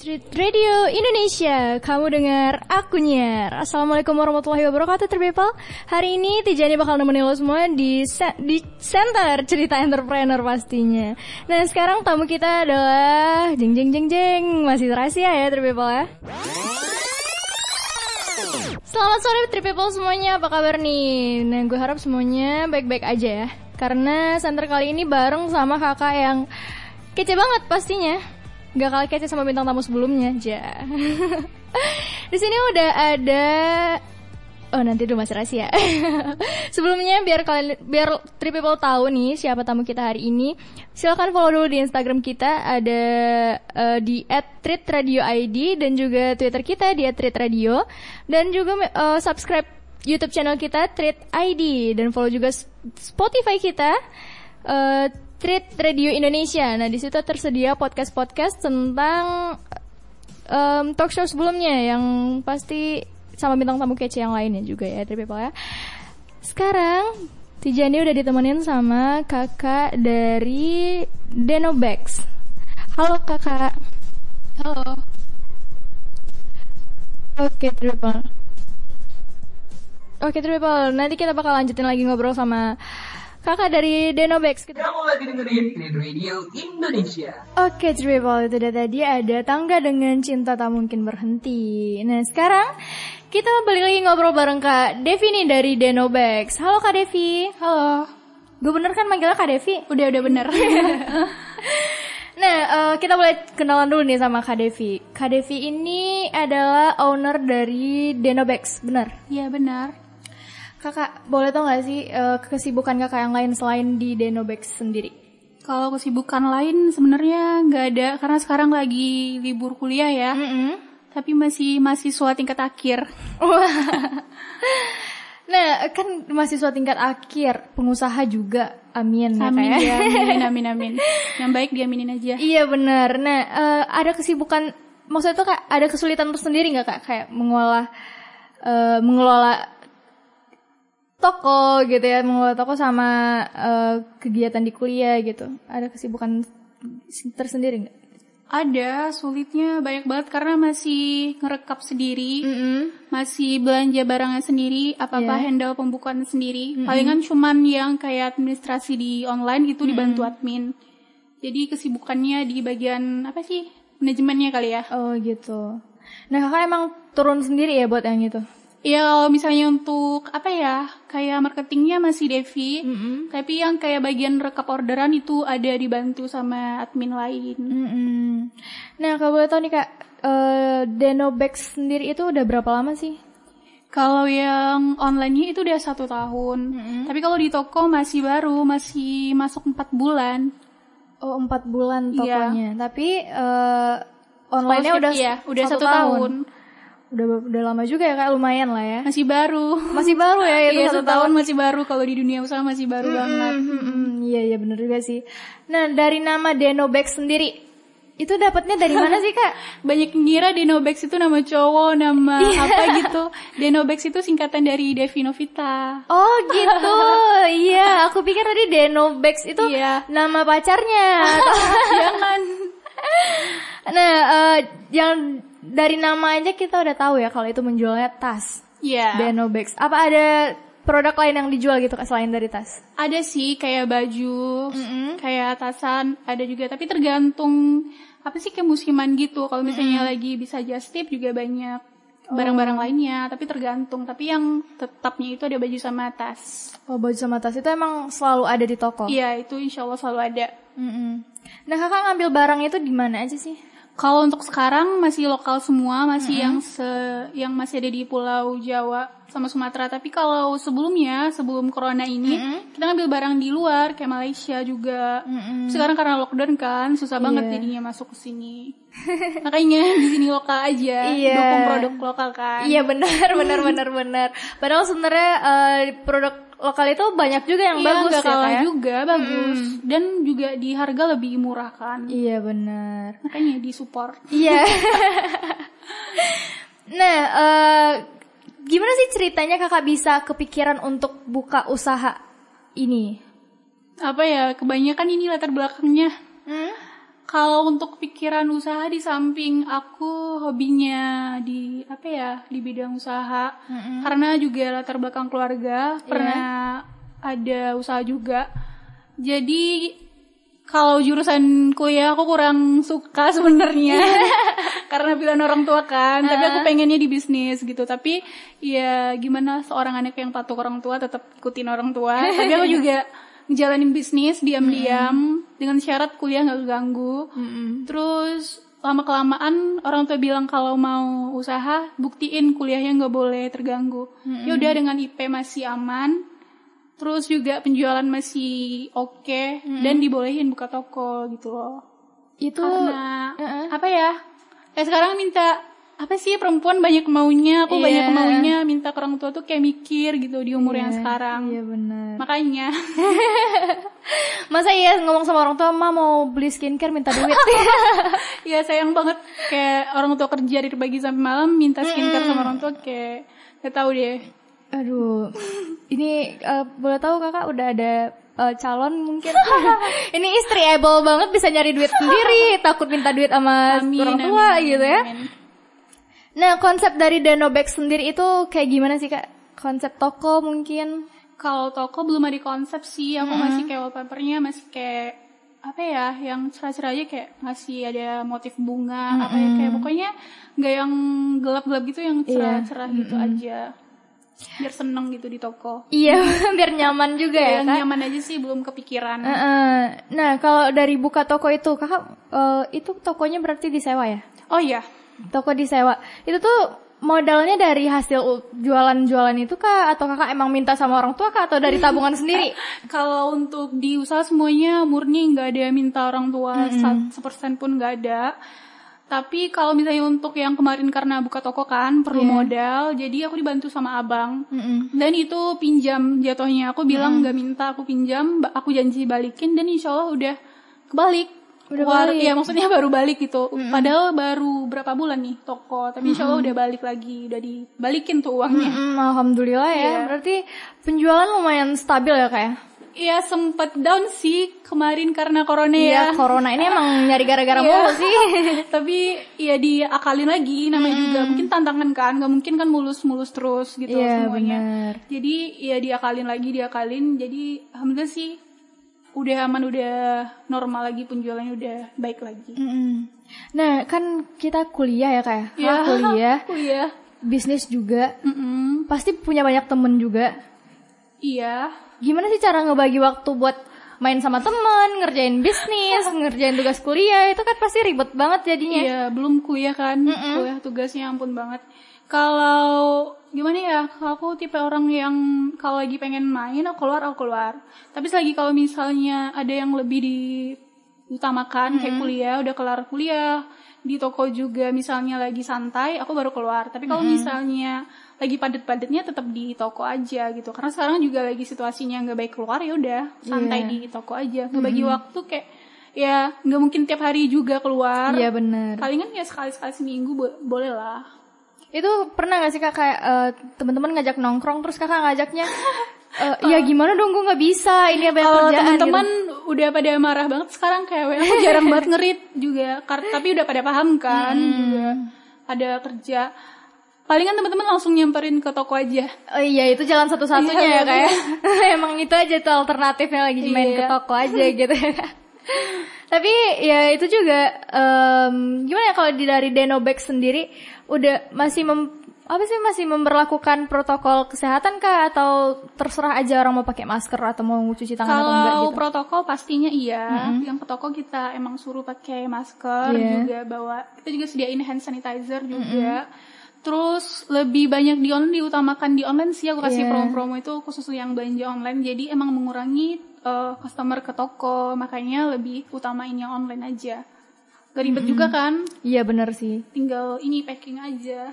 Street Radio Indonesia. Kamu dengar aku nyiar. Assalamualaikum warahmatullahi wabarakatuh Tripple. Hari ini Tijani bakal nemenin lo semua di Center Cerita Entrepreneur pastinya. Nah sekarang tamu kita adalah jeng. Masih rahasia ya Tripple ya. Selamat sore Tripple semuanya, apa kabar nih? Nah gue harap semuanya baik-baik aja ya. Karena Center kali ini bareng sama kakak yang kece banget pastinya. Gak kalah kece sama bintang tamu sebelumnya aja. Di sini udah ada. Oh nanti dulu masih rahasia. Sebelumnya biar Three People tahu nih siapa tamu kita hari ini, silakan follow dulu di Instagram kita, ada di @treatradio_id dan juga Twitter kita di @treatradio, dan juga subscribe YouTube channel kita Treat ID, dan follow juga Spotify kita Treat Radio Indonesia. Nah di situ tersedia podcast tentang talk show sebelumnya yang pasti sama bintang tamu kece yang lainnya juga ya Three People ya. Sekarang Tijani udah ditemenin sama kakak dari Denobex. Halo kakak. Halo. Oke Three People, nanti kita bakal lanjutin lagi ngobrol sama kakak dari Denobex. Kamu lagi dengerin Treat Radio Indonesia. Oke Three People, itu tadi ada Tangga Dengan Cinta Tak Mungkin Berhenti. Nah sekarang kita balik lagi ngobrol bareng Kak Devi nih dari Denobex. Halo Kak Devi. Halo. Gue bener kan manggilnya Kak Devi? Udah bener. Nah, kita boleh kenalan dulu nih sama Kak Devi. Kak Devi ini adalah owner dari Denobex, benar? Iya benar. Kakak, boleh tau gak sih kesibukan kakak yang lain selain di Denobex sendiri? Kalau kesibukan lain sebenarnya nggak ada, karena sekarang lagi libur kuliah ya. Tapi masih mahasiswa tingkat akhir. Nah, kan mahasiswa tingkat akhir, pengusaha juga, amin ya. Amin. Yang baik diaminin aja. Iya benar. Nah, ada kesibukan, maksudnya tuh Kak, ada kesulitan tersendiri nggak Kak, kayak mengelola toko gitu ya, mengelola toko sama kegiatan di kuliah gitu. Ada kesibukan tersendiri nggak? Ada, sulitnya banyak banget karena masih ngerekap sendiri, masih belanja barangnya sendiri, apa-apa handle pembukuan sendiri. Palingan cuman yang kayak administrasi di online itu dibantu admin. Jadi kesibukannya di bagian apa sih, manajemennya kali ya. Oh gitu. Nah kakak emang turun sendiri ya buat yang itu? Iya, kalau misalnya untuk apa ya, kayak marketingnya masih Devi, tapi yang kayak bagian rekap orderan itu ada dibantu sama admin lain. Nah, kalau boleh tahu nih Kak, Denobex sendiri itu udah berapa lama sih? Kalau yang online-nya itu udah 1 tahun, tapi kalau di toko masih baru, masih masuk 4 bulan. Oh, 4 bulan tokonya, tapi online-nya udah 1 tahun. Udah lama juga ya Kak, lumayan lah ya. Masih baru ya itu 1 tahun masih baru, kalau di dunia usaha masih baru banget. Iya benar juga sih. Nah dari nama Denobex sendiri itu dapatnya dari mana sih Kak? Banyak yang ngira Denobex itu nama cowok, nama apa gitu. Denobex itu singkatan dari Devi Novita. Oh gitu. Iya, aku pikir tadi Denobex itu nama pacarnya. Jangan. Nah, yang dari nama aja kita udah tahu ya kalau itu menjualnya tas. Denobex. Apa ada produk lain yang dijual gitu Kak selain dari tas? Ada sih, kayak baju, kayak tasan, ada juga. Tapi tergantung apa sih, kayak musiman gitu. Kalau misalnya lagi bisa just tip juga banyak barang-barang lainnya. Tapi tergantung. Tapi yang tetapnya itu ada baju sama tas. Oh, baju sama tas itu emang selalu ada di toko? Iya, itu insya Allah selalu ada. Nah kakak ngambil barang itu di mana aja sih? Kalau untuk sekarang masih lokal semua, masih yang masih ada di Pulau Jawa sama Sumatera. Tapi kalau sebelum corona ini, kita ngambil barang di luar, kayak Malaysia juga. Sekarang karena lockdown kan, susah banget jadinya masuk ke sini. Makanya di sini lokal aja, dukung produk lokal kan. Iya benar. Padahal sebenarnya produk lokal itu banyak juga yang bagus ya kalah ya, juga bagus dan juga di harga lebih murah kan. Iya benar. Makanya disupport. Iya. Nah, gimana sih ceritanya kakak bisa kepikiran untuk buka usaha ini? Apa ya, kebanyakan ini latar belakangnya. Kalau untuk pikiran usaha, di samping aku hobinya di bidang usaha, karena juga latar belakang keluarga pernah ada usaha juga. Jadi kalau jurusan kuliah aku kurang suka sebenarnya karena pilihan orang tua kan. Tapi aku pengennya di bisnis gitu. Tapi ya gimana, seorang anak yang patuh orang tua tetap ikutin orang tua. Tapi aku juga ngejalanin bisnis diam-diam dengan syarat kuliah nggak keganggu. Terus lama-kelamaan orang tua bilang kalau mau usaha buktiin kuliahnya nggak boleh terganggu. Ya udah, dengan IP masih aman, terus juga penjualan masih oke, dan dibolehin buka toko gitu loh. Itu karena kayak sekarang minta apa sih, perempuan banyak maunya, aku banyak maunya, minta ke orang tua tuh kayak mikir gitu di umur yang sekarang. Iya benar. Makanya masa ngomong sama orang tua, "Ma mau beli skincare minta duit." ya sayang banget, kayak orang tua kerja dari pagi sampai malam minta skincare sama orang tua, kayak gak tahu deh. Aduh. Ini boleh tahu Kakak udah ada calon mungkin? Ini istri able banget, bisa nyari duit sendiri, takut minta duit sama orang tua gitu ya. Nah, konsep dari Denobex sendiri itu kayak gimana sih Kak? Konsep toko mungkin? Kalau toko belum ada konsep sih, aku masih kayak wallpapernya masih kayak yang cerah-cerah aja, kayak ngasih ada motif bunga, kayak pokoknya nggak yang gelap-gelap gitu, yang cerah-cerah gitu aja, biar seneng gitu di toko. Iya, biar nyaman juga ya Kak? Nyaman aja sih, belum kepikiran. Nah, kalau dari buka toko itu Kakak, itu tokonya berarti disewa ya? Oh iya, toko disewa. Itu tuh modalnya dari hasil jualan-jualan itu Kak, atau Kakak emang minta sama orang tua Kak, atau dari tabungan sendiri? Kalau untuk di usaha semuanya murni, nggak ada minta orang tua 1% pun nggak ada. Tapi kalau misalnya untuk yang kemarin karena buka toko kan perlu modal, jadi aku dibantu sama abang. Dan itu pinjam jatuhnya. Aku bilang nggak minta, aku pinjam, aku janji balikin, dan insya Allah udah kebalik. Ya maksudnya baru balik gitu. Padahal baru berapa bulan nih toko, tapi insya Allah udah balik lagi, udah dibalikin tuh uangnya. Alhamdulillah ya. Berarti penjualan lumayan stabil ya Kak ya? Iya, sempet down sih kemarin karena corona ya. Iya, corona ini emang nyari gara-gara mulu sih. Tapi ya diakalin lagi, namanya juga mungkin tantangan kan, nggak mungkin kan mulus-mulus terus gitu semuanya. Bener. Jadi ya diakalin, jadi alhamdulillah sih udah aman, udah normal lagi, penjualannya udah baik lagi. Nah, kan kita kuliah ya Kak ya? Kuliah. Bisnis juga. Pasti punya banyak temen juga. Iya. Gimana sih cara ngebagi waktu buat main sama teman, ngerjain bisnis, ngerjain tugas kuliah? Itu kan pasti ribet banget jadinya. Iya, belum kuliah kan. Kuliah tugasnya ampun banget. Kalau gimana ya, aku tipe orang yang kalau lagi pengen main aku keluar. Tapi selagi kalau misalnya ada yang lebih diutamakan, kayak kuliah, udah kelar kuliah, di toko juga misalnya lagi santai, aku baru keluar. Tapi kalau misalnya lagi padet-padetnya tetap di toko aja gitu. Karena sekarang juga lagi situasinya nggak baik keluar, ya udah santai di toko aja. Ngebagi waktu kayak ya nggak mungkin tiap hari juga keluar. Iya benar. Palingan ya sekali-sekali seminggu boleh lah. Itu pernah gak sih Kak kayak teman-teman ngajak nongkrong terus Kakak ngajaknya ya gimana dong, gue nggak bisa, ini banyak kerjaan. Teman-teman udah pada marah banget sekarang, kayak aku jarang banget ngerit juga, tapi udah pada paham kan juga ada kerja. Palingan teman-teman langsung nyamperin ke toko aja. Oh iya, itu jalan satu-satunya ya kayak. Emang itu aja tuh alternatifnya, lagi main ke toko aja gitu ya. Tapi ya itu juga gimana ya kalau dari Denobex sendiri udah masih masih memberlakukan protokol kesehatan kah, atau terserah aja orang mau pakai masker atau mau cuci tangan atau enggak gitu? Kalau protokol pastinya iya. Yang ke toko kita emang suruh pakai masker, juga bawa, kita juga sediain hand sanitizer juga. Terus lebih banyak di online, diutamakan di online sih, aku kasih promo-promo itu khusus yang belanja online. Jadi emang mengurangi customer ke toko, makanya lebih utamain yang online aja. Gak ribet juga kan? Iya benar sih. Tinggal ini packing aja.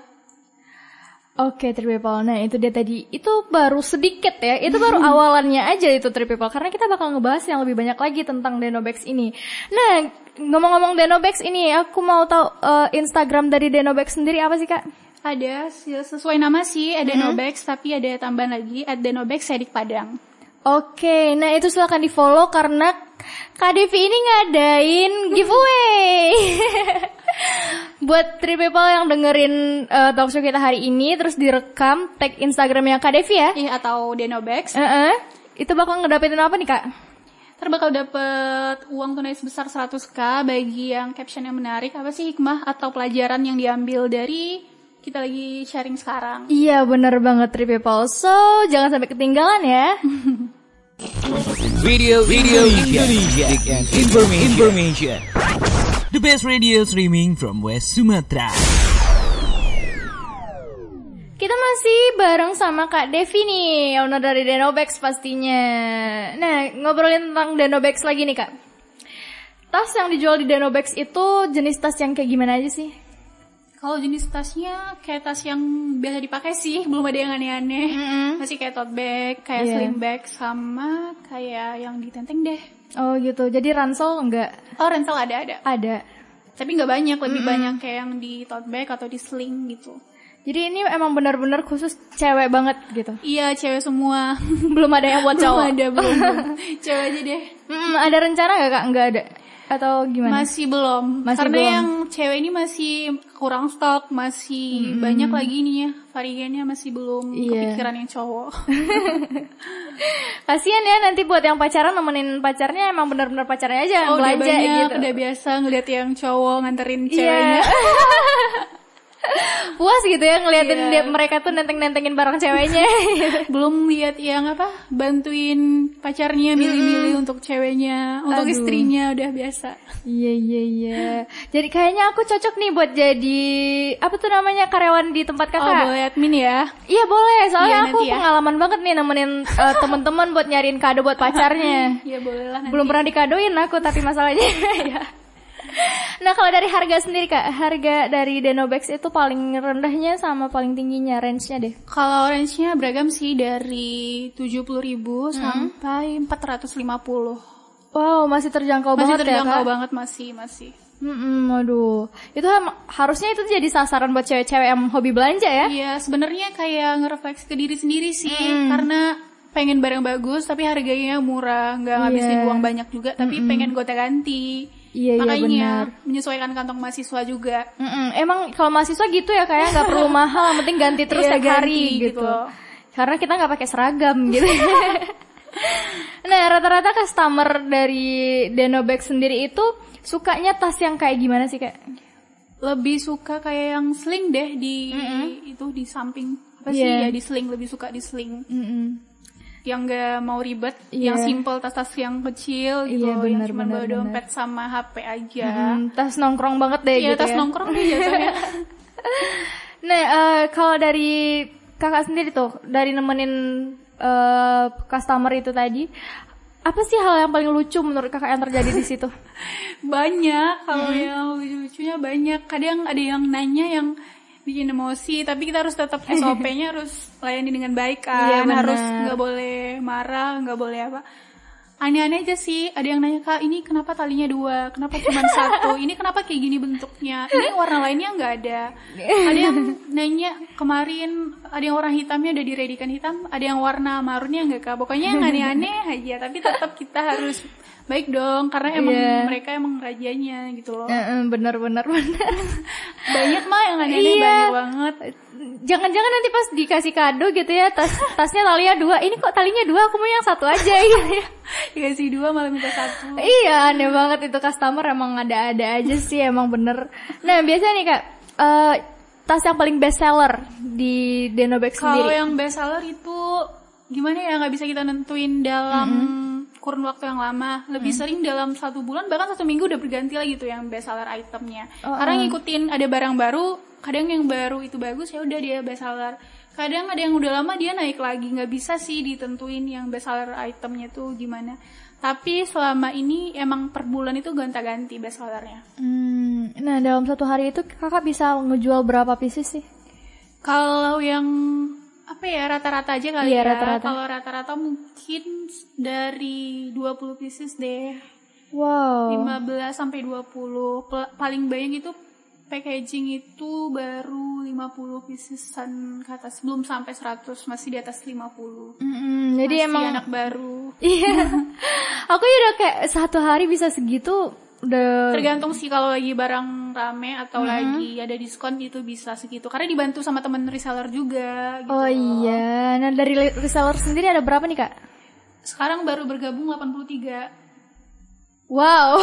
Oke, Three People. Nah, itu dia tadi. Itu baru sedikit ya. Itu baru awalannya aja itu, Three People. Karena kita bakal ngebahas yang lebih banyak lagi tentang Denobex ini. Nah, ngomong-ngomong Denobex ini, aku mau tahu Instagram dari Denobex sendiri apa sih, Kak? Ada, sesuai nama sih, Denobex, tapi ada tambahan lagi, @Denobex Sedik Padang. Oke, nah itu silakan di-follow karena Kak Devi ini ngadain giveaway buat 3 people yang dengerin talkshow kita hari ini, terus direkam tag Instagramnya Kak Devi ya? Iya, atau Denobex. Itu bakal ngedapetin apa nih Kak? Ntar bakal dapet uang tunai sebesar 100k bagi yang caption yang menarik. Apa sih hikmah atau pelajaran yang diambil dari kita lagi sharing sekarang? Iya bener banget 3 people. So jangan sampai ketinggalan ya. Radio Indonesia and information. The best radio streaming from West Sumatra. Kita masih bareng sama Kak Devi nih, owner dari Denobex pastinya. Nah, ngobrolin tentang Denobex lagi nih Kak. Tas yang dijual di Denobex itu jenis tas yang kayak gimana aja sih? Kalau jenis tasnya kayak tas yang biasa dipakai sih, belum ada yang aneh-aneh. Masih kayak tote bag, kayak sling bag, sama kayak yang ditenteng deh. Oh gitu, jadi ransel enggak? Oh, ransel ada. Ada. Tapi nggak banyak, lebih banyak kayak yang di tote bag atau di sling gitu. Jadi ini emang benar-benar khusus cewek banget gitu? Iya, cewek semua. Belum ada yang buat cowok? Belum. Cewek aja deh. Ada rencana gak Kak? Enggak ada? Atau gimana? Masih belum. Karena yang cewek ini masih kurang stok, masih banyak lagi nih ya, variannya masih belum kepikiran yang cowok. Kasian ya nanti buat yang pacaran nemenin pacarnya emang benar-benar pacarnya aja yang belanja gitu. Udah biasa ngeliat yang cowok nganterin ceweknya. Puas gitu ya ngeliatin mereka tuh nenteng-nentengin barang ceweknya. Belum lihat yang bantuin pacarnya milih-milih untuk ceweknya, untuk istrinya, udah biasa. Iya. Jadi kayaknya aku cocok nih buat jadi karyawan di tempat Kakak. Oh, boleh admin ya? Iya boleh, soalnya aku pengalaman banget nih nemenin temen-temen buat nyariin kado buat pacarnya. Iya boleh lah nanti. Belum pernah dikadoin aku tapi masalahnya ya. Nah kalau dari harga sendiri Kak, harga dari Denobex itu paling rendahnya sama paling tingginya range-nya deh? Kalau range-nya beragam sih, dari 70.000 sampai 450. Wow, masih terjangkau banget ya Kak? Masih terjangkau banget, masih. Aduh, itu harusnya itu jadi sasaran buat cewek-cewek yang hobi belanja ya? Iya, sebenarnya kayak ngerefleksi ke diri sendiri sih, karena pengen barang bagus tapi harganya murah, nggak ngabisin uang banyak juga, tapi pengen gonta-ganti. Makanya menyesuaikan kantong mahasiswa juga. Emang kalau mahasiswa gitu ya kayak nggak perlu mahal, yang penting ganti terus setiap hari gitu. Karena kita nggak pakai seragam gitu. Nah rata-rata customer dari Denobex sendiri itu sukanya tas yang kayak gimana sih Kak? Lebih suka kayak yang sling deh itu di samping ya di sling, lebih suka di sling. Yang gak mau ribet, yang simple, tas-tas yang kecil gitu, yang cuma bawa dompet sama HP aja. Tas nongkrong banget deh gitu tas nongkrong deh jatuhnya. Nah, kalau dari Kakak sendiri tuh, dari nemenin customer itu tadi, apa sih hal yang paling lucu menurut Kakak yang terjadi di situ? Banyak, kalau yang lucu-lucunya banyak. Kadang ada yang nanya yang bikin emosi, tapi kita harus tetap SOP-nya harus layani dengan baik kan, harus nggak boleh marah, nggak boleh apa. Aneh-aneh aja sih, ada yang nanya, Kak ini kenapa talinya 2, kenapa cuma 1, ini kenapa kayak gini bentuknya, ini warna lainnya nggak ada. Ada yang nanya kemarin, ada yang warna hitamnya udah diredikan hitam, ada yang warna marunnya nggak Kak, pokoknya yang aneh-aneh aja, tapi tetap kita harus baik dong, karena emang mereka emang rajanya gitu loh. Bener. Banyak mah yang aneh-aneh, banyak banget. Jangan-jangan nanti pas dikasih kado gitu ya, tasnya talinya 2, ini kok talinya 2, aku mau yang 1 aja gitu ya. Dikasih 2 malah minta 1. Iya, aneh banget itu customer, emang ada-ada aja sih, emang bener. Nah biasanya nih Kak, tas yang paling best seller di Denobex sendiri? Kalau yang best seller itu gimana ya, nggak bisa kita nentuin dalam kurun waktu yang lama, lebih sering dalam 1 bulan bahkan 1 minggu udah berganti lagi tuh yang best seller itemnya. Karena ngikutin ada barang baru, kadang yang baru itu bagus ya udah dia best seller. Kadang ada yang udah lama dia naik lagi, nggak bisa sih ditentuin yang best seller itemnya tuh gimana. Tapi selama ini emang per bulan itu gonta-ganti best sellernya. Nah dalam 1 hari itu Kakak bisa ngejual berapa pieces sih? Kalau yang rata-rata aja kali ya. Rata-rata. Kalau rata-rata mungkin dari 20 pieces deh. Wow. 15 sampai 20. Paling banyak itu packaging itu baru 50 piecesan ke atas, belum sampai 100, masih di atas 50. Jadi masih emang anak baru. Iya. Aku udah kayak satu hari bisa segitu udah. Tergantung sih, kalau lagi barang rame atau lagi ada diskon itu bisa segitu. Karena dibantu sama teman reseller juga gitu. Oh iya. Nah, dari reseller sendiri ada berapa nih, Kak? Sekarang baru bergabung 83. Wow.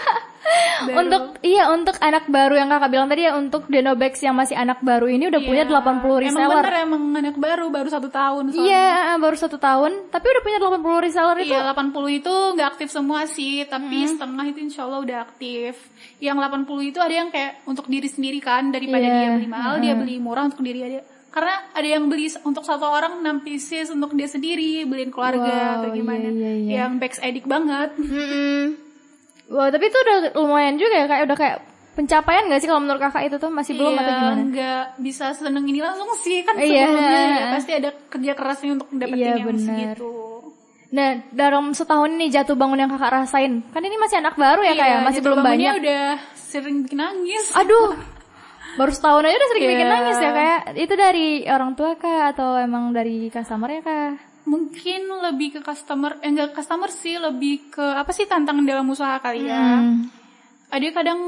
Untuk anak baru yang Kakak bilang tadi ya, untuk Denobex yang masih anak baru ini udah punya 80 reseller. Emang anak baru 1 tahun soalnya. Iya, baru 1 tahun, tapi udah punya 80 reseller itu. Iya, 80 itu nggak aktif semua sih, tapi setengah itu insya Allah udah aktif. Yang 80 itu ada yang kayak untuk diri sendiri kan, daripada dia beli mahal, dia beli murah untuk diri dia. Karena ada yang beli untuk satu orang 6 pieces untuk dia sendiri, beliin keluarga atau gimana. Yang bags edik banget. Wah, tapi itu udah lumayan juga ya, kayak udah kayak pencapaian gak sih kalau menurut Kakak itu tuh masih belum atau gimana? Nggak bisa seneng ini langsung sih, kan sebelumnya pasti ada kerja kerasnya untuk dapetin yang segitu. Nah, dalam setahun ini jatuh bangun yang Kakak rasain, kan ini masih anak baru ya, kayak masih belum banyak. Udah sering bikin nangis. Aduh, baru setahun aja udah sering bikin nangis ya, kayak itu dari orang tua Kak atau emang dari customer-nya Kak? Mungkin lebih ke customer, enggak customer sih, lebih ke apa sih tantangan dalam usaha kali ya. Ada kadang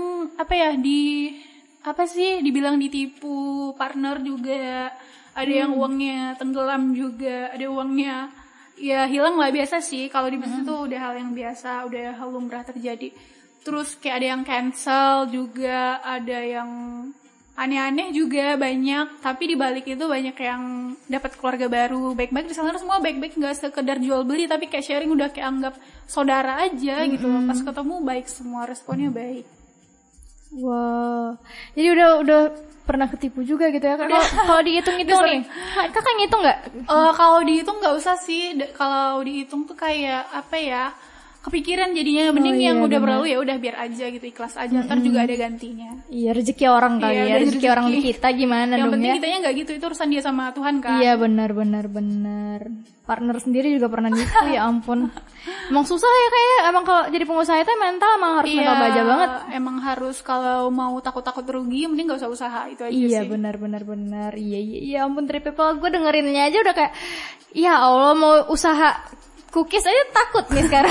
dibilang ditipu partner juga, ada yang uangnya tenggelam juga, ada uangnya ya hilang lah, biasa sih kalau di bisnis itu udah hal yang biasa, udah hal lumrah terjadi. Terus kayak ada yang cancel juga, ada yang aneh-aneh juga banyak, tapi di balik itu banyak yang dapat keluarga baru, baik-baik di sana semua baik-baik, nggak sekedar jual beli tapi kayak sharing, udah kayak anggap saudara aja gitu loh. Pas ketemu baik semua, responnya baik. Wow, jadi udah pernah ketipu juga gitu ya? Kalau dihitung-hitung nih, Kakak ngitung nggak? Kalau dihitung nggak usah sih, kalau dihitung tuh kayak kepikiran jadinya, mending yang udah berlalu ya udah biar aja gitu, ikhlas aja, ntar juga ada gantinya. Iya, rezeki orang kali ya, rezeki orang di kita gimana yang dong ya. Yang penting kitanya nggak gitu, itu urusan dia sama Tuhan kan. Iya, benar. Partner sendiri juga pernah nipu, ya ampun. Emang susah ya, kayak emang kalau jadi pengusaha itu mental emang harus mental baja banget. Emang harus, kalau mau takut rugi mending gak usah usaha, itu aja sih. Iya, benar. Iya ampun, Tri People, gue dengerinnya aja udah kayak, ya Allah, mau usaha cookies aja takut nih sekarang.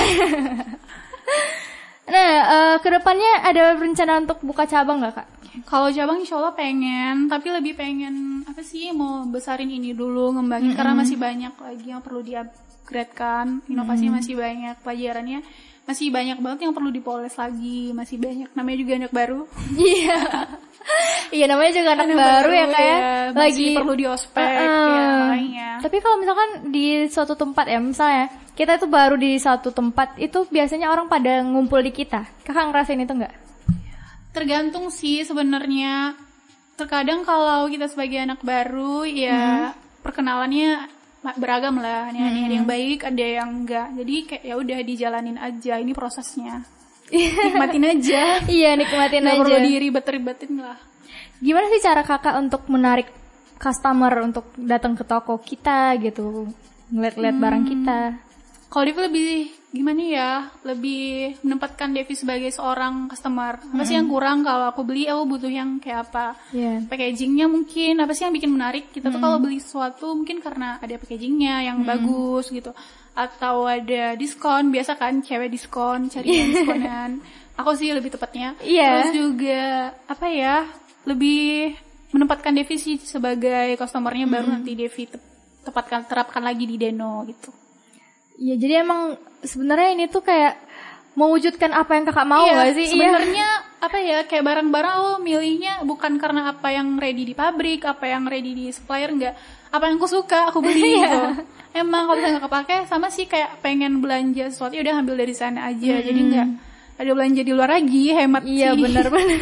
Nah, kedepannya ada rencana untuk buka cabang gak, Kak? Kalau cabang insya Allah pengen, tapi lebih pengen mau besarin ini dulu, ngembangin, karena masih banyak lagi yang perlu di-upgrade kan, inovasinya masih banyak, pelajarannya masih banyak banget yang perlu dipoles lagi, masih banyak, namanya juga anak baru. Iya, namanya juga anak baru ya, kayak lagi perlu diospek ya lainnya. Tapi kalau misalkan di suatu tempat ya, misalnya kita itu baru di satu tempat, itu biasanya orang pada ngumpul di kita. Kakak ngerasain itu nggak? Tergantung sih sebenarnya. Terkadang kalau kita sebagai anak baru ya perkenalannya beragam lah. Ada yang baik, ada yang enggak. Jadi kayak ya udah dijalanin aja, ini prosesnya. Nikmatin aja. Iya, nikmatin aja. Nggak perlu diribet-ribetin lah. Gimana sih cara Kakak untuk menarik customer untuk datang ke toko kita gitu, ngeliat-liat barang kita? Kalau Devi lebih gimana ya, lebih menempatkan Devi sebagai seorang customer. Apa sih yang kurang kalau aku beli, aku butuh yang kayak apa? Packagingnya mungkin, apa sih yang bikin menarik? Kita tuh kalau beli sesuatu mungkin karena ada packagingnya yang bagus gitu, atau ada diskon, biasa kan cewek diskon, cari yang diskonan. Aku sih lebih tepatnya. Terus juga apa ya, lebih menempatkan Devi sih sebagai customernya, baru nanti Devi terapkan lagi di Deno gitu. Iya, jadi emang sebenarnya ini tuh kayak mewujudkan apa yang Kakak mau gak sih? Sebenarnya apa ya, kayak barang-barang lo milihnya bukan karena apa yang ready di pabrik, apa yang ready di supplier, enggak. Apa yang aku suka, aku beli gitu. Emang kalau misalnya gak kepake, sama sih kayak pengen belanja sesuatu, ya udah ambil dari sana aja. Jadi enggak ada belanja di luar lagi, hemat sih. Iya, benar-benar.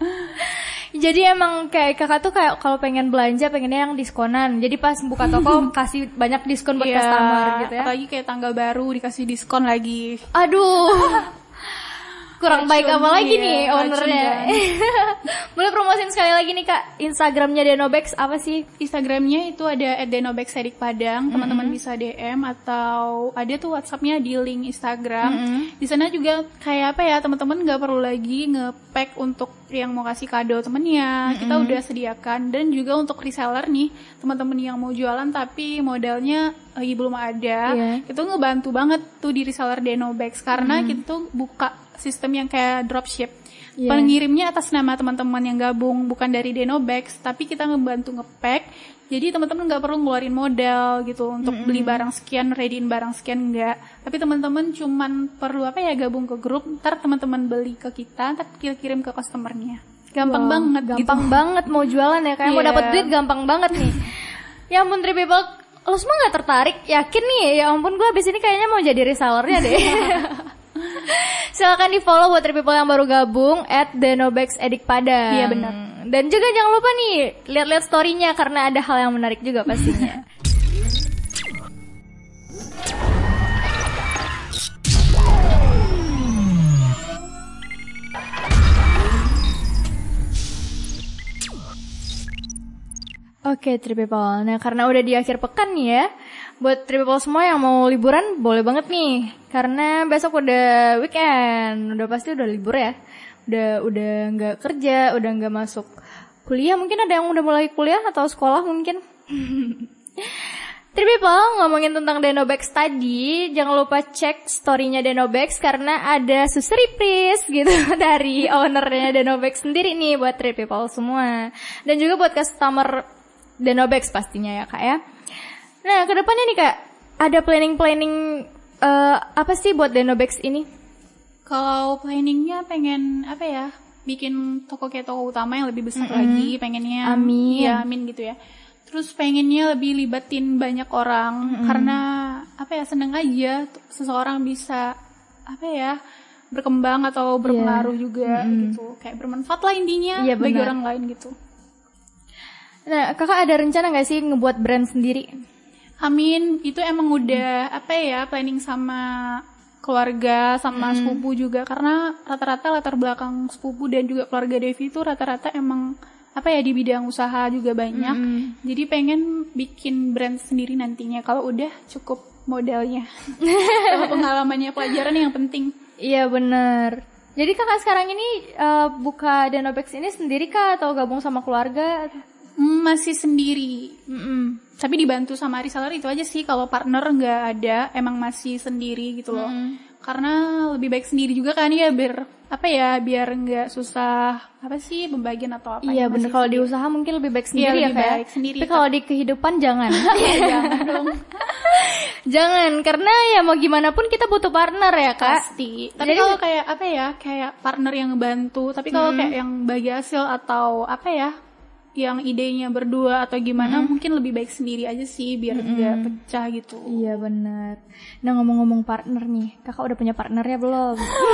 Jadi emang kayak Kakak tuh kayak kalau pengen belanja pengennya yang diskonan. Jadi pas buka toko kasih banyak diskon buat customer gitu ya. Apalagi kayak tanggal baru dikasih diskon lagi. Aduh. Kurang baik apa lagi nih ownernya. Boleh promosiin sekali lagi nih Kak, Instagramnya Denobex apa sih? Instagramnya itu ada @denobexedikpadang, teman-teman bisa DM atau ada tuh WhatsAppnya di link Instagram. Di sana juga kayak apa ya, teman-teman nggak perlu lagi nge-pack untuk yang mau kasih kado temennya, kita udah sediakan. Dan juga untuk reseller nih, teman-teman yang mau jualan tapi modalnya lagi belum ada, itu ngebantu banget tuh di reseller Denobex karena kita tuh buka sistem yang kayak dropship. Pengirimnya atas nama teman-teman yang gabung, bukan dari Denobex, tapi kita ngebantu nge-pack. Jadi teman-teman nggak perlu ngeluarin modal gitu untuk beli barang sekian, readyin barang sekian, enggak. Tapi teman-teman cuman perlu apa ya, gabung ke grup, ntar teman-teman beli ke kita, ntar kita kirim ke customernya. Gampang banget gampang banget mau jualan ya, kayak mau dapat duit gampang banget nih. Ya ampun Three People, lo semua nggak tertarik? Yakin nih? Ya ampun, gue abis ini kayaknya mau jadi resellernya deh. Silakan di follow buat Three People yang baru gabung @denobexedikpadang. Iya benar. Dan juga jangan lupa nih lihat-lihat story-nya karena ada hal yang menarik juga pastinya. Oke, Three People. Nah, karena udah di akhir pekan nih ya, buat Three People semua yang mau liburan boleh banget nih. Karena besok udah weekend, udah pasti udah libur ya. Udah nggak kerja, udah nggak masuk kuliah. Mungkin ada yang udah mulai kuliah atau sekolah mungkin. Three People, ngomongin tentang Denobex tadi, jangan lupa cek story-nya Denobex karena ada surprise gitu dari ownernya Denobex sendiri nih buat Three People semua. Dan juga buat customer Denobex pastinya ya Kak ya. Nah, kedepannya nih Kak, ada planning apa sih buat Denobex ini? Kalau planningnya pengen apa ya, bikin toko kayak toko utama yang lebih besar lagi, pengennya. Amin. Ya, amin gitu ya. Terus pengennya lebih libatin banyak orang karena apa ya, seneng aja seseorang bisa apa ya, berkembang atau berpengaruh juga gitu, kayak bermanfaat lah intinya bagi orang lain gitu. Nah, Kakak ada rencana nggak sih ngebuat brand sendiri? Amin, itu emang udah apa ya, planning sama keluarga, sama sepupu juga, karena rata-rata latar belakang sepupu dan juga keluarga Devi itu rata-rata emang apa ya, di bidang usaha juga banyak. Jadi pengen bikin brand sendiri nantinya kalau udah cukup modalnya. Kalau pengalamannya, pelajaran yang penting. Iya benar. Jadi Kakak sekarang ini buka Denobex ini sendiri kah atau gabung sama keluarga? Masih sendiri. Tapi dibantu sama reseller itu aja sih. Kalau partner nggak ada, emang masih sendiri gitu loh. Karena lebih baik sendiri juga kan ya, biar apa ya, biar nggak susah apa sih pembagian atau apa. Iya benar, kalau di usaha mungkin lebih baik sendiri ya kayak. Sendiri. Tapi kalau di kehidupan jangan. Jangan dong. Jangan, karena ya mau gimana pun kita butuh partner ya Kak. Pasti. Tapi kalau kayak apa ya, kayak partner yang ngebantu. Tapi kalau kayak yang bagi hasil atau apa ya, yang idenya berdua atau gimana, mungkin lebih baik sendiri aja sih biar nggak pecah gitu. Iya benar. Nah, ngomong-ngomong partner nih, Kakak udah punya partnernya belum?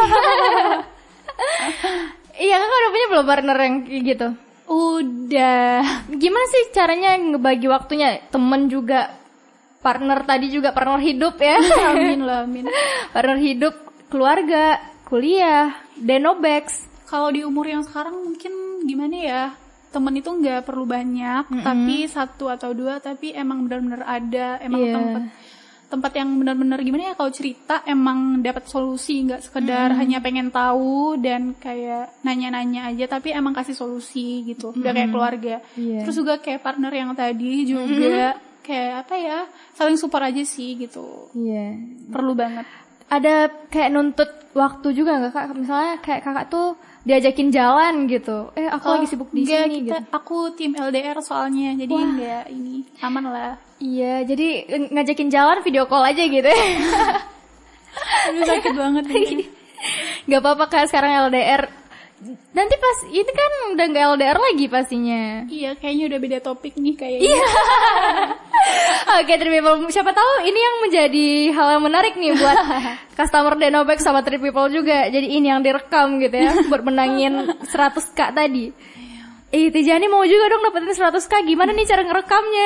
Iya, Kakak udah punya belum partner yang kayak gitu? Udah. Gimana sih caranya ngebagi waktunya? Temen juga, partner tadi juga partner hidup ya. Amin lah, amin. Partner hidup, keluarga, kuliah, Denobex. Kalau di umur yang sekarang mungkin gimana ya? Temen itu nggak perlu banyak, tapi 1 atau 2, tapi emang benar-benar ada, emang tempat yang benar-benar gimana ya, kalau cerita emang dapat solusi, nggak sekedar hanya pengen tahu dan kayak nanya-nanya aja, tapi emang kasih solusi gitu, udah kayak keluarga. Terus juga kayak partner yang tadi juga kayak apa ya, saling support aja sih gitu. Perlu banget. Ada kayak nuntut waktu juga nggak Kak? Misalnya kayak Kakak tuh diajakin jalan gitu. Aku lagi sibuk di sini gitu. Aku tim LDR soalnya, jadi enggak ini, aman lah. Iya, jadi ngajakin jalan video call aja gitu ya. Aduh, sakit banget ini. Gak apa-apa Kak, sekarang LDR. Nanti pas itu kan udah gak LDR lagi pastinya. Iya, kayaknya udah beda topik nih kayaknya. Iya. Oke, Three People, siapa tahu ini yang menjadi hal yang menarik nih buat customer Denobex sama Three People juga. Jadi ini yang direkam gitu ya, buat menangin 100k tadi. Tijani mau juga dong dapetin 100k, gimana nih cara ngerekamnya?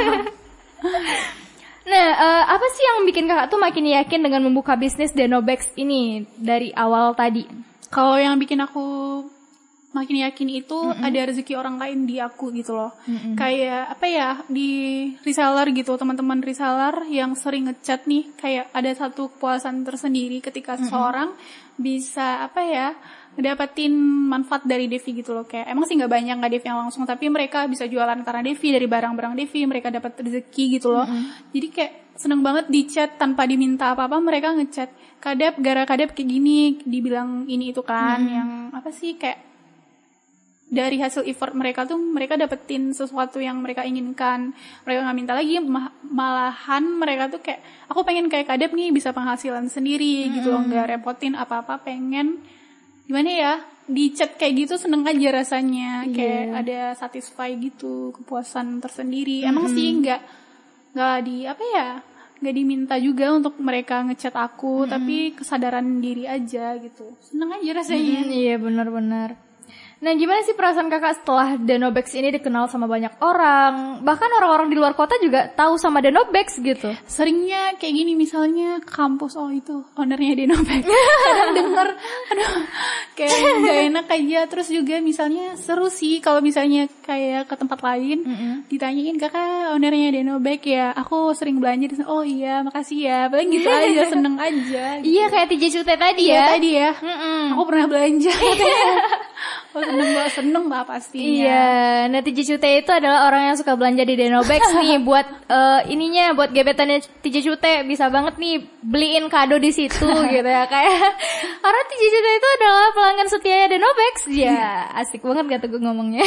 Nah, apa sih yang bikin Kakak tuh makin yakin dengan membuka bisnis Denobex ini dari awal tadi? Kalau yang bikin aku makin yakin itu ada rezeki orang lain di aku gitu loh. Kayak apa ya, di reseller gitu, teman-teman reseller yang sering ngechat nih, kayak ada satu kepuasan tersendiri ketika seseorang bisa apa ya, ngedapetin manfaat dari Devi gitu loh. Kayak emang sih nggak banyak, nggak Devi yang langsung, tapi mereka bisa jualan karena Devi, dari barang-barang Devi mereka dapat rezeki gitu loh. Jadi kayak seneng banget di chat tanpa diminta apa-apa, mereka ngechat, Kadep gara Kadep kayak gini, dibilang ini itu kan, yang apa sih, kayak dari hasil effort mereka tuh mereka dapetin sesuatu yang mereka inginkan. Mereka nggak minta lagi, malahan mereka tuh kayak, aku pengen kayak Kadep nih, bisa penghasilan sendiri gitu loh, nggak repotin apa-apa, pengen gimana ya, di chat kayak gitu seneng aja rasanya, kayak ada satisfy gitu, kepuasan tersendiri. Emang sih nggak di apa ya, nggak diminta juga untuk mereka ngechat aku, tapi kesadaran diri aja gitu, seneng aja rasanya. Iya benar-benar. Nah, gimana sih perasaan kakak setelah Denobex ini dikenal sama banyak orang? Bahkan orang-orang di luar kota juga tahu sama Denobex gitu. Seringnya kayak gini, misalnya kampus, oh itu ownernya Denobex. Kadang denger, aduh, kayak gak enak aja. Terus juga misalnya seru sih kalau misalnya kayak ke tempat lain, ditanyain, kakak ownernya Denobex ya, aku sering belanja di sana. Oh iya, makasih ya. Paling gitu aja, seneng aja. Gitu. Iya, kayak TJ Cute tadi ya. Iya tadi ya. Aku pernah belanja. Oh, seneng lah pastinya. Iya, nah TJ Cute itu adalah orang yang suka belanja di Denobex nih buat ininya, buat gebetannya TJ Cute, bisa banget nih beliin kado di situ gitu ya, kayak karena TJ Cute itu adalah pelanggan setianya Denobex. Ya, asik banget gak tuh gue ngomongnya.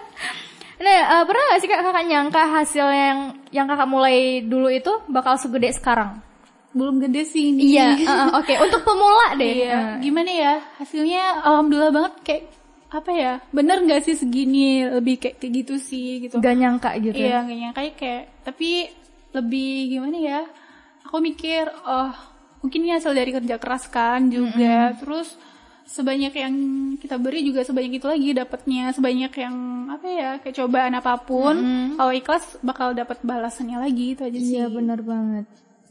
Nah, pernah gak sih kakak nyangka hasil yang kakak mulai dulu itu bakal segede sekarang? Belum gede sih ini. Iya, oke. Untuk pemula deh. Iya. Gimana ya, hasilnya alhamdulillah banget, kayak apa ya, bener gak sih segini, lebih kayak gitu sih gitu. Gak nyangka gitu. Iya, gak nyangka kayak, tapi lebih gimana ya, aku mikir, oh mungkin ini hasil dari kerja keras kan juga. Terus sebanyak yang kita beri juga sebanyak itu lagi dapatnya, sebanyak yang apa ya, kayak cobaan apapun, kalau ikhlas bakal dapat balasannya lagi, itu aja sih. Iya benar banget.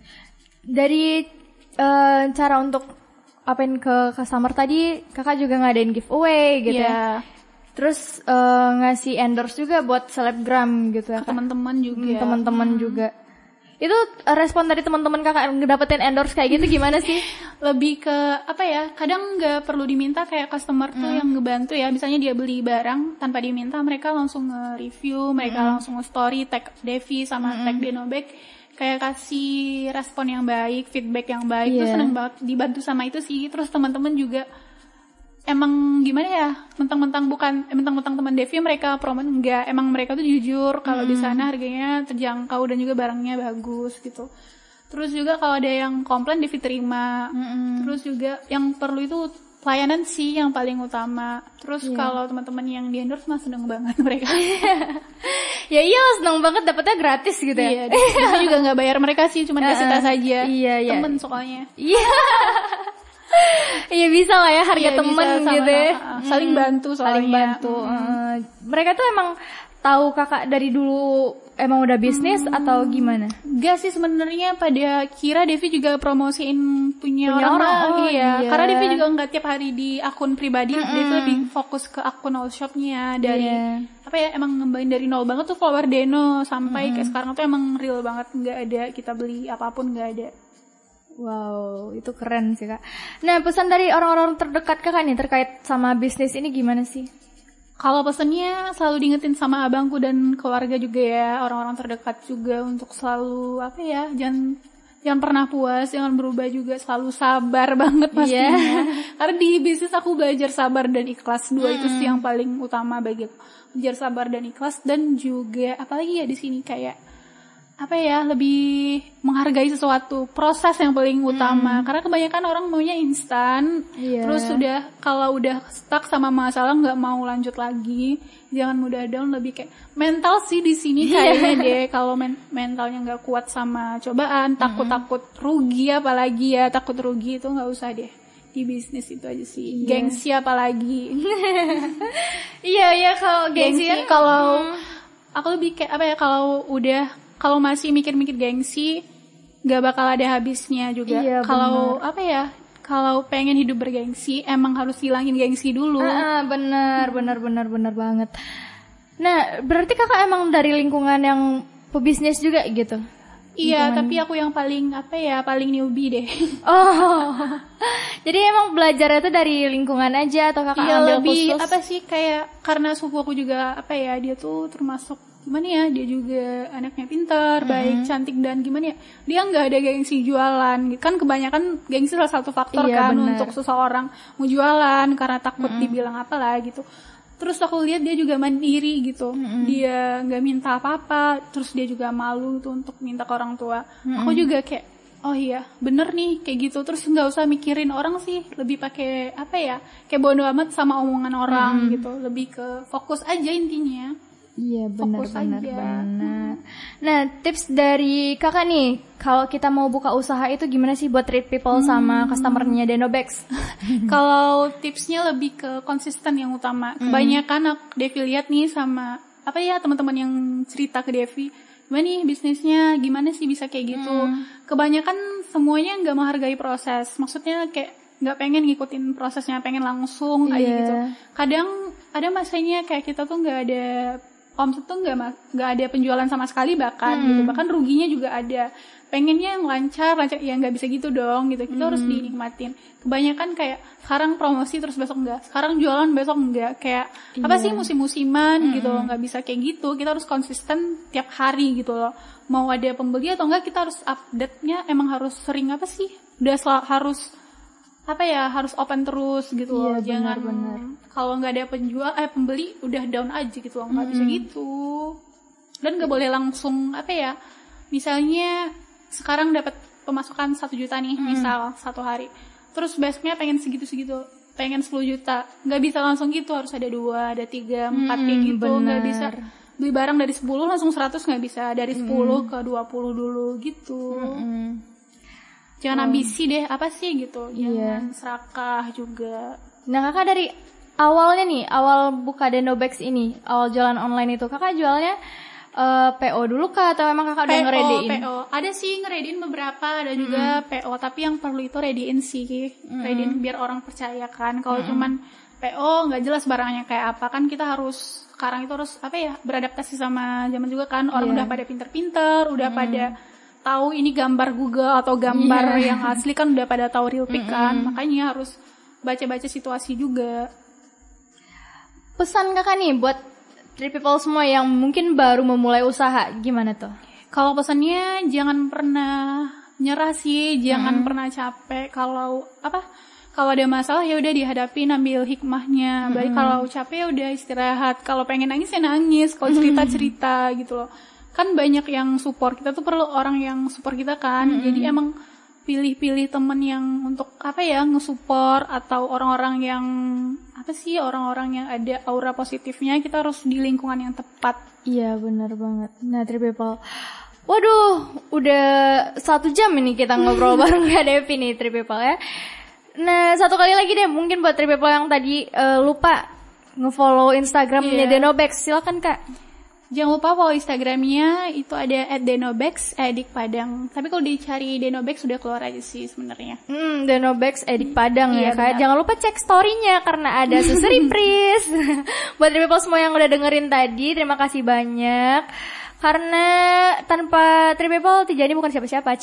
Dari cara untuk apain ke customer tadi, kakak juga ngadain giveaway gitu ya. Terus ngasih endorse juga buat selebgram gitu ya, teman-teman juga. Teman-teman juga. Itu respon dari teman-teman kakak dapetin endorse kayak gitu gimana sih? Lebih ke apa ya? Kadang nggak perlu diminta, kayak customer tuh yang ngebantu ya. Misalnya dia beli barang tanpa diminta, mereka langsung nge-review, mereka langsung nge-story, tag Devi sama tag Denobex. Kayak kasih respon yang baik, feedback yang baik, terus seneng banget dibantu sama itu sih. Terus teman-teman juga emang gimana ya, mentang-mentang teman Devi mereka promote, enggak, emang mereka tuh jujur kalau di sana harganya terjangkau dan juga barangnya bagus gitu. Terus juga kalau ada yang komplain Devi terima. Terus juga yang perlu itu pelayanan sih yang paling utama. Terus kalau teman-teman yang di endorse mah seneng banget mereka. Ya iya, seneng banget dapetnya gratis gitu ya. Iya, kita juga nggak bayar mereka sih, cuma kasih tas aja. Iya. Temen soalnya. Iya. Iya bisa lah ya, harga temen gitu ya. Saling bantu soalnya. Saling bantu. Mereka tuh emang tahu kakak dari dulu emang udah bisnis atau gimana? Enggak sih, sebenarnya pada kira Devi juga promosiin punya orang. Oh, iya. Karena Devi juga nggak tiap hari di akun pribadi, Devi lebih fokus ke akun all shopnya dari apa ya, emang ngembain dari nol banget tuh follower Deno sampai kayak sekarang tuh emang real banget, nggak ada kita beli apapun, nggak ada. Wow, itu keren sih kak. Nah, pesan dari orang-orang terdekat kakak nih terkait sama bisnis ini gimana sih? Kalau pesennya selalu diingetin sama abangku dan keluarga juga ya, orang-orang terdekat juga, untuk selalu apa ya, jangan pernah puas, jangan berubah juga, selalu sabar banget pastinya. Karena di bisnis aku belajar sabar dan ikhlas, dua itu sih yang paling utama bagi aku. Belajar sabar dan ikhlas, dan juga apalagi ya di sini kayak apa ya, lebih menghargai sesuatu, proses yang paling utama. Karena kebanyakan orang maunya instan, terus kalau udah stuck sama masalah nggak mau lanjut lagi, jangan mudah down. Lebih kayak mental sih di sini kayaknya deh. Kalau mentalnya nggak kuat sama cobaan, takut rugi, apalagi ya takut rugi, itu nggak usah deh di bisnis, itu aja sih. Gengsi apalagi. Iya kalau gengsi kan, kalau aku lebih kayak apa ya, kalau masih mikir-mikir gengsi, gak bakal ada habisnya juga. Kalau apa ya, kalau pengen hidup bergengsi emang harus hilangin gengsi dulu. Bener banget. Nah, berarti kakak emang dari lingkungan yang pebisnis juga gitu? Iya, tapi aku yang paling newbie deh. Oh, jadi emang belajarnya tuh dari lingkungan aja atau kakak ambil lebih khusus? kayak karena sepupu aku juga dia tuh termasuk gimana ya, dia juga anaknya pintar, baik, cantik dan gimana ya, dia nggak ada gengsi jualan. Kan kebanyakan gengsi salah satu faktor untuk seseorang mau jualan karena takut dibilang apalah gitu. Terus aku lihat dia juga mandiri gitu, dia nggak minta apa-apa, terus dia juga malu tuh untuk minta ke orang tua. Aku juga kayak, oh iya bener nih kayak gitu. Terus nggak usah mikirin orang sih, lebih pakai kayak bodo amat sama omongan orang gitu, lebih ke fokus aja intinya. Iya benar. Nah, tips dari kakak nih, kalau kita mau buka usaha itu gimana sih buat treat people sama customernya Denobex? Kalau tipsnya lebih ke konsisten yang utama. Kebanyakan Devi lihat nih sama teman-teman yang cerita ke Devi, gimana nih bisnisnya, gimana sih bisa kayak gitu. Kebanyakan semuanya nggak menghargai proses. Maksudnya kayak nggak pengen ngikutin prosesnya, pengen langsung aja gitu. Kadang ada masanya kayak kita tuh nggak ada omset tuh nggak ada penjualan sama sekali bahkan ruginya juga ada. Pengennya yang lancar ya nggak bisa gitu dong gitu. Kita harus dinikmatin. Kebanyakan kayak sekarang promosi terus besok enggak, sekarang jualan besok enggak, kayak musim-musiman gitu loh. Nggak bisa kayak gitu. Kita harus konsisten tiap hari gitu loh. Mau ada pembeli atau enggak, kita harus update-nya emang harus sering harus harus open terus gitu loh. Jangan kalau nggak ada pembeli udah down aja gitu loh. Nggak bisa gitu. Dan nggak boleh langsung misalnya sekarang dapat pemasukan 1 juta nih misal satu hari, terus besoknya pengen segitu pengen 10 juta, nggak bisa langsung gitu, harus ada 2, ada 3, 4 kayak gitu. Nggak bisa beli barang dari 10 langsung 100, nggak bisa, dari 10 ke 20 dulu gitu. Jangan ambisi deh, gitu. Jangan serakah juga. Nah, kakak dari awalnya nih, awal buka Denobex ini, awal jualan online itu, kakak jualnya PO dulu kah atau emang kakak udah ngeredein? PO. Ada sih ngeredein beberapa, ada juga PO, tapi yang perlu itu redein sih. Redein biar orang percaya kan. Kalau cuman PO nggak jelas barangnya kayak apa, kan kita harus sekarang itu harus beradaptasi sama zaman juga kan. Orang udah pada pinter-pinter, udah pada tahu ini gambar Google atau gambar yang asli kan, udah pada tahu real pic kan. Makanya harus baca-baca situasi juga. Pesan kakak nih buat treat people semua yang mungkin baru memulai usaha, gimana tuh? Kalau pesannya jangan pernah nyerah sih, jangan pernah capek. Kalau ada masalah ya udah dihadapi, ambil hikmahnya. Baik, kalau capek ya udah istirahat. Kalau pengen nangis ya nangis. Kalau cerita gitu loh. Kan banyak yang support, kita tuh perlu orang yang support kita kan. Jadi emang pilih-pilih temen yang untuk nge-support, atau orang-orang yang orang-orang yang ada aura positifnya. Kita harus di lingkungan yang tepat. Iya benar banget. Nah, treat people, waduh, udah 1 jam ini kita ngobrol bareng Kak Devi nih, treat people ya. Nah, satu kali lagi deh mungkin buat treat people yang tadi lupa nge-follow Instagramnya Denobex, silakan Kak. Jangan lupa follow Instagramnya, itu ada @denobex edik Padang. Tapi kalau dicari Denobex sudah keluar aja sih sebenarnya. Denobex edik Padang ya Kak. Jangan lupa cek story-nya karena ada surprise. Buat people semua yang udah dengerin tadi, terima kasih banyak. Karena tanpa people Tijani bukan siapa-siapa,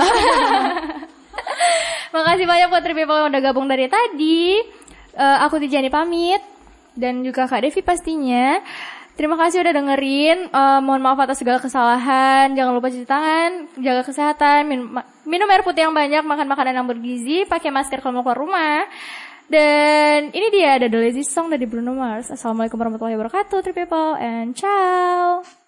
Makasih banyak buat people yang udah gabung dari tadi. Aku Tijani pamit, dan juga Kak Devi pastinya. Terima kasih udah dengerin. Mohon maaf atas segala kesalahan. Jangan lupa cuci tangan, jaga kesehatan, minum air putih yang banyak, makan makanan yang bergizi, pakai masker kalau mau keluar rumah. Dan ini dia ada The Lazy Song dari Bruno Mars. Assalamualaikum warahmatullahi wabarakatuh, treat people, and ciao.